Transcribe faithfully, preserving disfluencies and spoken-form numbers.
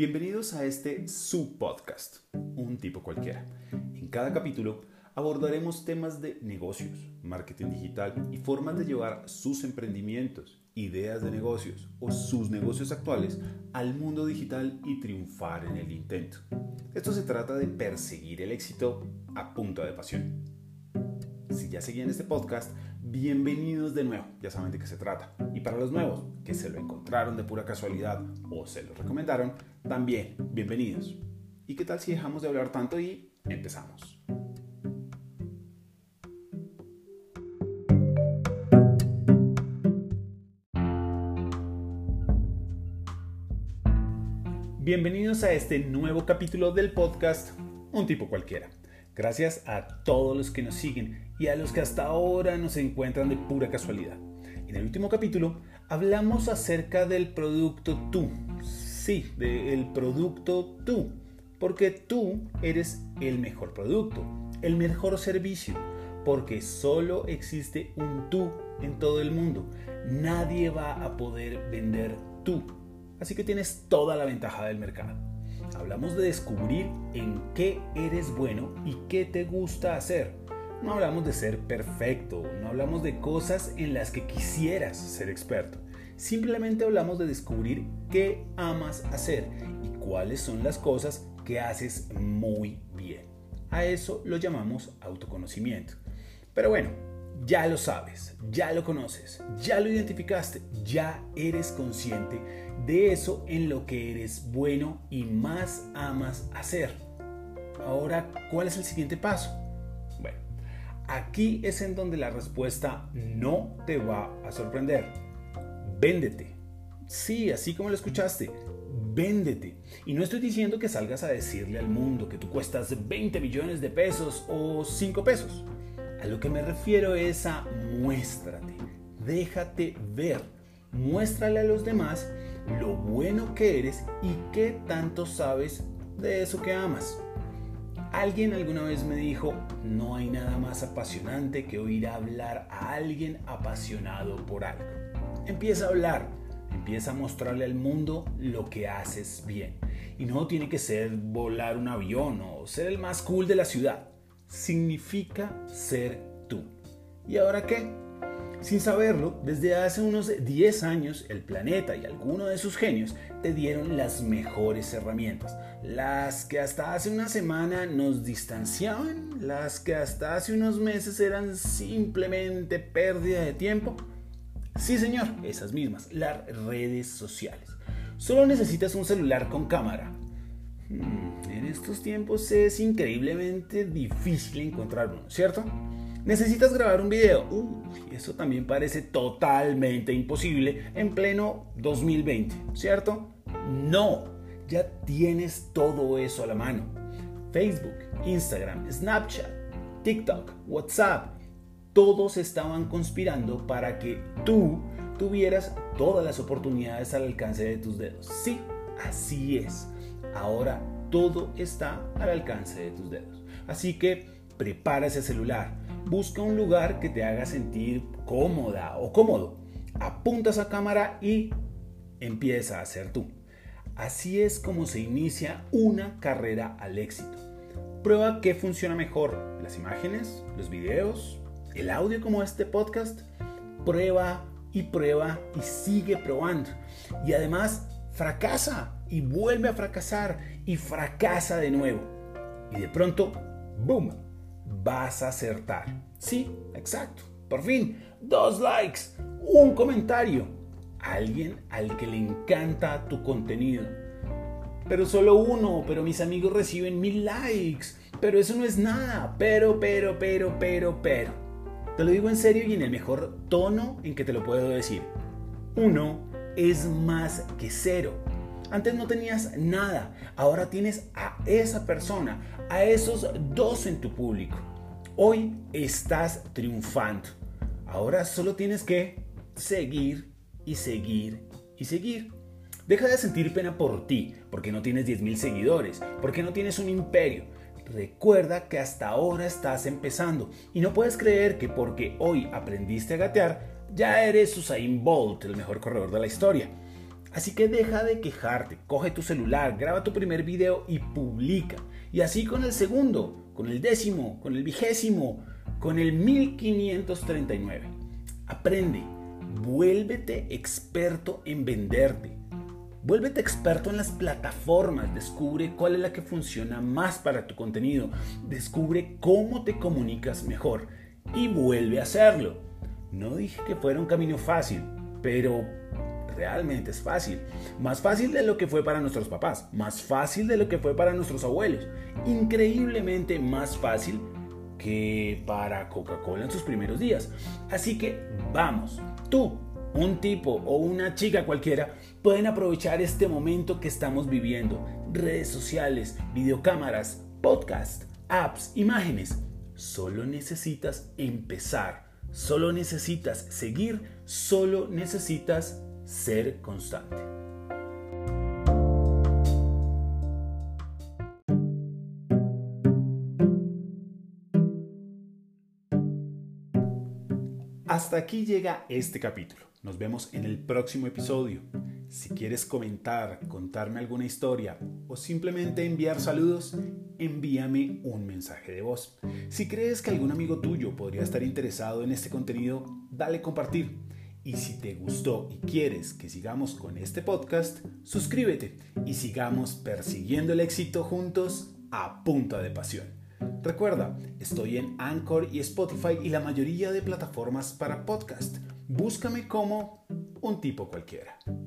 Bienvenidos a este subpodcast, Un Tipo Cualquiera. En cada capítulo abordaremos temas de negocios, marketing digital y formas de llevar sus emprendimientos, ideas de negocios o sus negocios actuales al mundo digital y triunfar en el intento. Esto se trata de perseguir el éxito a punta de pasión. Si ya seguían este podcast, bienvenidos de nuevo, ya saben de qué se trata. Y para los nuevos, que se lo encontraron de pura casualidad o se lo recomendaron, también bienvenidos. ¿Y qué tal si dejamos de hablar tanto y empezamos? Bienvenidos a este nuevo capítulo del podcast Un Tipo Cualquiera. Gracias a todos los que nos siguen y a los que hasta ahora nos encuentran de pura casualidad. En el último capítulo hablamos acerca del producto tú. Sí, del producto tú. Porque tú eres el mejor producto, el mejor servicio. Porque solo existe un tú en todo el mundo. Nadie va a poder vender tú. Así que tienes toda la ventaja del mercado. Hablamos de descubrir en qué eres bueno y qué te gusta hacer. No hablamos de ser perfecto, no hablamos de cosas en las que quisieras ser experto. Simplemente hablamos de descubrir qué amas hacer y cuáles son las cosas que haces muy bien. A eso lo llamamos autoconocimiento. Pero bueno, ya lo sabes, ya lo conoces, ya lo identificaste, ya eres consciente de eso en lo que eres bueno y más amas hacer. Ahora, ¿cuál es el siguiente paso? Bueno, aquí es en donde la respuesta no te va a sorprender. Véndete. Sí, así como lo escuchaste, véndete. Y no estoy diciendo que salgas a decirle al mundo que tú cuestas veinte millones de pesos o cinco pesos. A lo que me refiero es a muéstrate, déjate ver, muéstrale a los demás lo bueno que eres y qué tanto sabes de eso que amas. Alguien alguna vez me dijo, no hay nada más apasionante que oír hablar a alguien apasionado por algo. Empieza a hablar, empieza a mostrarle al mundo lo que haces bien. Y no tiene que ser volar un avión o ser el más cool de la ciudad. Significa ser tú. ¿Y ahora qué? Sin saberlo, desde hace unos diez años, el planeta y algunos de sus genios te dieron las mejores herramientas. Las que hasta hace una semana nos distanciaban, las que hasta hace unos meses eran simplemente pérdida de tiempo. Sí, señor, esas mismas, las redes sociales. Solo necesitas un celular con cámara. En estos tiempos es increíblemente difícil encontrar uno, ¿cierto? ¿Necesitas grabar un video? Uy, eso también parece totalmente imposible en pleno dos mil veinte, ¿cierto? No, ya tienes todo eso a la mano. Facebook, Instagram, Snapchat, TikTok, WhatsApp, todos estaban conspirando para que tú tuvieras todas las oportunidades al alcance de tus dedos. Sí, así es. Ahora todo está al alcance de tus dedos. Así que prepara ese celular. Busca un lugar que te haga sentir cómoda o cómodo. Apunta esa cámara y empieza a ser tú. Así es como se inicia una carrera al éxito. Prueba qué funciona mejor. Las imágenes, los videos, el audio como este podcast. Prueba y prueba y sigue probando. Y además fracasa y vuelve a fracasar y fracasa de nuevo. Y de pronto, ¡boom!, vas a acertar. Sí, exacto. Por fin, dos likes, un comentario. Alguien al que le encanta tu contenido. Pero solo uno, pero mis amigos reciben mil likes. Pero eso no es nada. Pero, pero, pero, pero, pero. Te lo digo en serio y en el mejor tono en que te lo puedo decir. Uno es más que cero. Antes no tenías nada, ahora tienes a esa persona, a esos dos en tu público. Hoy estás triunfando. Ahora solo tienes que seguir y seguir y seguir. Deja de sentir pena por ti, porque no tienes diez mil seguidores, porque no tienes un imperio. Recuerda que hasta ahora estás empezando y no puedes creer que porque hoy aprendiste a gatear, ya eres Usain Bolt, el mejor corredor de la historia. Así que deja de quejarte, coge tu celular, graba tu primer video y publica. Y así con el segundo, con el décimo, con el vigésimo, con el mil quinientos treinta y nueve. Aprende, vuélvete experto en venderte. Vuélvete experto en las plataformas, descubre cuál es la que funciona más para tu contenido, descubre cómo te comunicas mejor y vuelve a hacerlo. No dije que fuera un camino fácil, pero realmente es fácil. Más fácil de lo que fue para nuestros papás, más fácil de lo que fue para nuestros abuelos, increíblemente más fácil que para Coca-Cola en sus primeros días. Así que vamos, tú, un tipo o una chica cualquiera, pueden aprovechar este momento que estamos viviendo. Redes sociales, videocámaras, podcast, apps, imágenes. Solo necesitas empezar, solo necesitas seguir, solo necesitas ser constante. Hasta aquí llega este capítulo. Nos vemos en el próximo episodio. Si quieres comentar, contarme alguna historia o simplemente enviar saludos, envíame un mensaje de voz. Si crees que algún amigo tuyo podría estar interesado en este contenido, dale compartir. Y si te gustó y quieres que sigamos con este podcast, suscríbete y sigamos persiguiendo el éxito juntos a punta de pasión. Recuerda, estoy en Anchor y Spotify y la mayoría de plataformas para podcast. Búscame como un tipo cualquiera.